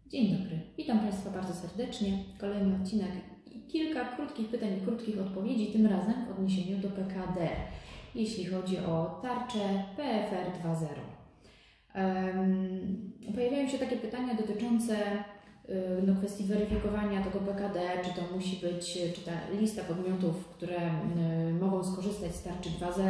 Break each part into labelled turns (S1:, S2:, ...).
S1: Dzień dobry, witam Państwa bardzo serdecznie. Kolejny odcinek i kilka krótkich pytań i krótkich odpowiedzi, tym razem w odniesieniu do PKD, jeśli chodzi o tarczę PFR 2.0. Pojawiają się takie pytania dotyczące kwestii weryfikowania tego PKD, czy to musi być, czy ta lista podmiotów, które mogą skorzystać z tarczy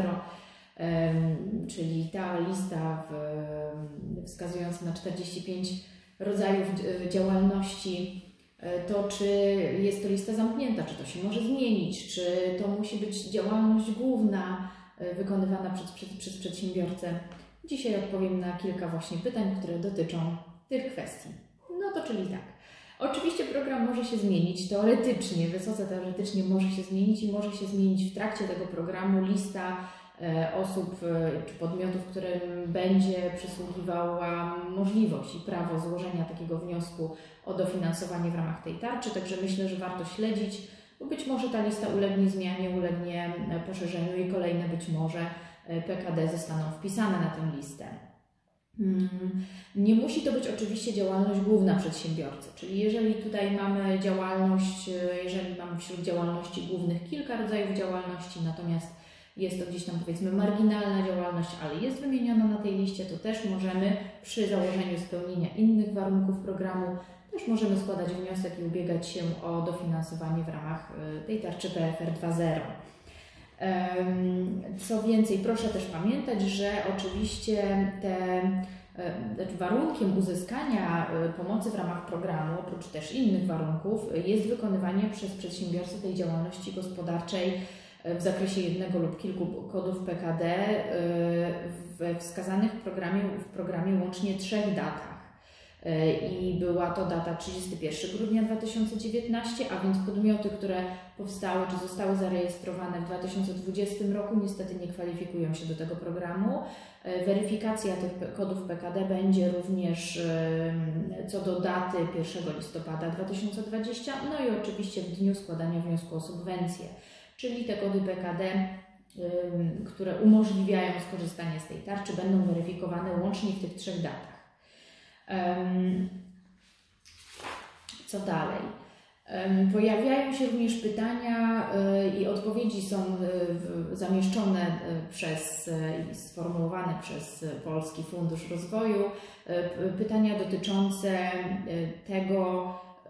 S1: 2.0, czyli ta lista wskazująca na 45 rodzajów działalności, to czy jest to lista zamknięta, czy to się może zmienić, czy to musi być działalność główna wykonywana przez przedsiębiorcę. Dzisiaj odpowiem na kilka właśnie pytań, które dotyczą tych kwestii. No to czyli tak. Oczywiście program może się zmienić teoretycznie, wysoce teoretycznie może się zmienić i może się zmienić w trakcie tego programu lista osób czy podmiotów, którym będzie przysługiwała możliwość i prawo złożenia takiego wniosku o dofinansowanie w ramach tej tarczy. Także myślę, że warto śledzić, bo być może ta lista ulegnie zmianie, ulegnie poszerzeniu i kolejne być może PKD zostaną wpisane na tę listę. Nie musi to być oczywiście działalność główna przedsiębiorcy, czyli jeżeli tutaj mamy działalność, jeżeli mamy wśród działalności głównych kilka rodzajów działalności, natomiast jest to gdzieś tam powiedzmy marginalna działalność, ale jest wymieniona na tej liście, to też możemy przy założeniu spełnienia innych warunków programu, też możemy składać wniosek i ubiegać się o dofinansowanie w ramach tej tarczy PFR 2.0. Co więcej, proszę też pamiętać, że oczywiście warunkiem uzyskania pomocy w ramach programu, oprócz też innych warunków, jest wykonywanie przez przedsiębiorcę tej działalności gospodarczej w zakresie jednego lub kilku kodów PKD we wskazanych w programie łącznie 3 datach. I była to data 31 grudnia 2019, a więc podmioty, które powstały czy zostały zarejestrowane w 2020 roku, niestety nie kwalifikują się do tego programu. Weryfikacja tych kodów PKD będzie również co do daty 1 listopada 2020, no i oczywiście w dniu składania wniosku o subwencję, czyli te kody PKD, które umożliwiają skorzystanie z tej tarczy, będą weryfikowane łącznie w tych 3 datach. Co dalej? Pojawiają się również pytania i odpowiedzi są zamieszczone i sformułowane przez Polski Fundusz Rozwoju. Pytania dotyczące tego,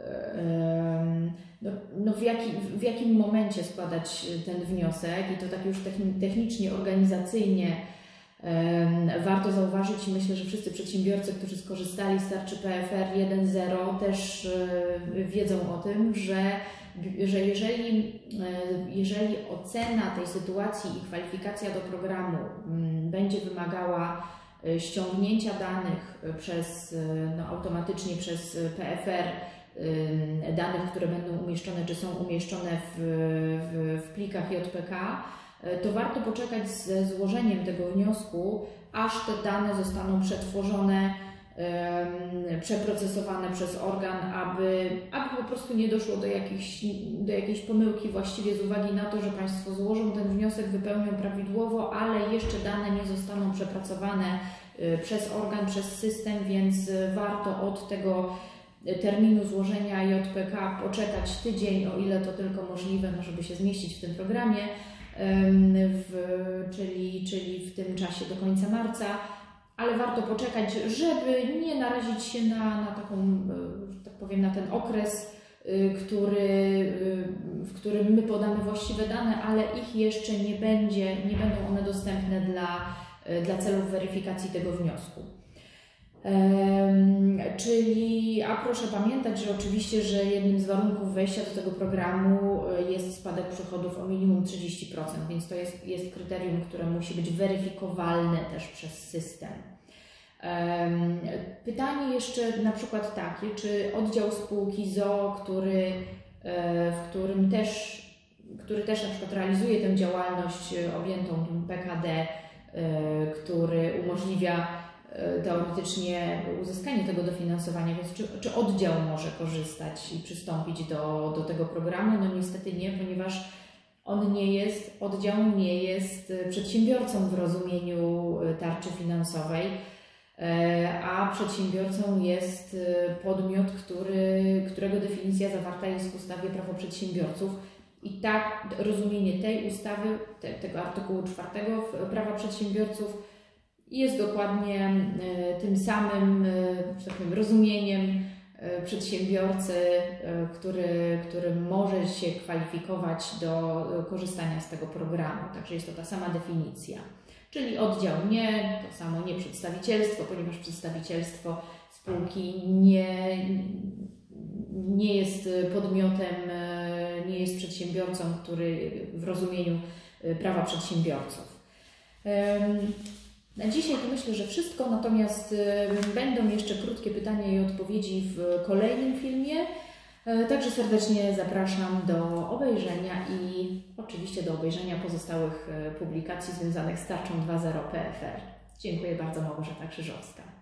S1: w jakim momencie składać ten wniosek, i to tak już technicznie, organizacyjnie. Warto zauważyć i myślę, że wszyscy przedsiębiorcy, którzy skorzystali z tarczy PFR 1.0 też wiedzą o tym, że jeżeli ocena tej sytuacji i kwalifikacja do programu będzie wymagała ściągnięcia danych automatycznie przez PFR, danych, które będą umieszczone czy są umieszczone w plikach JPK, to warto poczekać ze złożeniem tego wniosku, aż te dane zostaną przetworzone, przeprocesowane przez organ, aby po prostu nie doszło do jakiejś pomyłki, właściwie z uwagi na to, że Państwo złożą ten wniosek, wypełnią prawidłowo, ale jeszcze dane nie zostaną przepracowane przez organ, przez system, więc warto od tego terminu złożenia JPK poczekać tydzień, o ile to tylko możliwe, żeby się zmieścić w tym programie, czyli w tym czasie do końca marca, ale warto poczekać, żeby nie narazić się na taką, że tak powiem, na ten okres, w którym my podamy właściwe dane, ale ich jeszcze nie będą one dostępne dla celów weryfikacji tego wniosku. A proszę pamiętać, że oczywiście, że jednym z warunków wejścia do tego programu jest spadek przychodów o minimum 30%, więc to jest kryterium, które musi być weryfikowalne też przez system. Pytanie jeszcze na przykład takie, czy oddział spółki ZOO, który też na przykład realizuje tę działalność objętą tym PKD, który umożliwia teoretycznie uzyskanie tego dofinansowania, więc czy oddział może korzystać i przystąpić do tego programu? No niestety nie, ponieważ oddział nie jest przedsiębiorcą w rozumieniu tarczy finansowej. a przedsiębiorcą jest podmiot, którego definicja zawarta jest w ustawie Prawo Przedsiębiorców. I tak rozumienie tej ustawy, tego artykułu 4 Prawa Przedsiębiorców jest dokładnie tym samym, że tak powiem, rozumieniem przedsiębiorcy, który może się kwalifikować do korzystania z tego programu. Także jest to ta sama definicja. Czyli oddział nie, to samo nie przedstawicielstwo, ponieważ przedstawicielstwo spółki nie jest podmiotem, nie jest przedsiębiorcą, który w rozumieniu prawa przedsiębiorców. Na dzisiaj to myślę, że wszystko, natomiast będą jeszcze krótkie pytania i odpowiedzi w kolejnym filmie. Także serdecznie zapraszam do obejrzenia i oczywiście do obejrzenia pozostałych publikacji związanych z tarczą 2.0 PFR. Dziękuję bardzo, Małgorzata Krzyżowska.